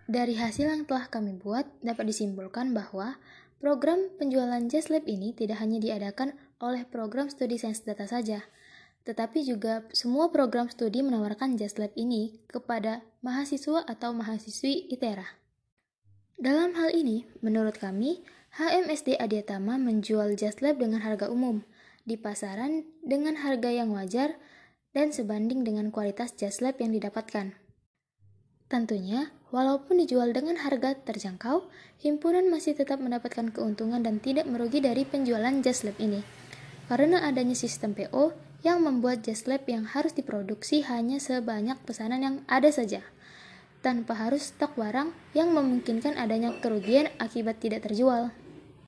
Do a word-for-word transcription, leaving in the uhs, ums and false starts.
Dari hasil yang telah kami buat, dapat disimpulkan bahwa program penjualan JustLab ini tidak hanya diadakan oleh program studi sains data saja, tetapi juga semua program studi menawarkan JustLab ini kepada mahasiswa atau mahasiswi ITERA. Dalam hal ini, menurut kami, H M S D Adiatama menjual JustLab dengan harga umum, di pasaran dengan harga yang wajar dan sebanding dengan kualitas JustLab yang didapatkan. Tentunya, walaupun dijual dengan harga terjangkau, himpunan masih tetap mendapatkan keuntungan dan tidak merugi dari penjualan JustLab ini. Karena adanya sistem P O yang membuat JustLab yang harus diproduksi hanya sebanyak pesanan yang ada saja, tanpa harus stok barang yang memungkinkan adanya kerugian akibat tidak terjual.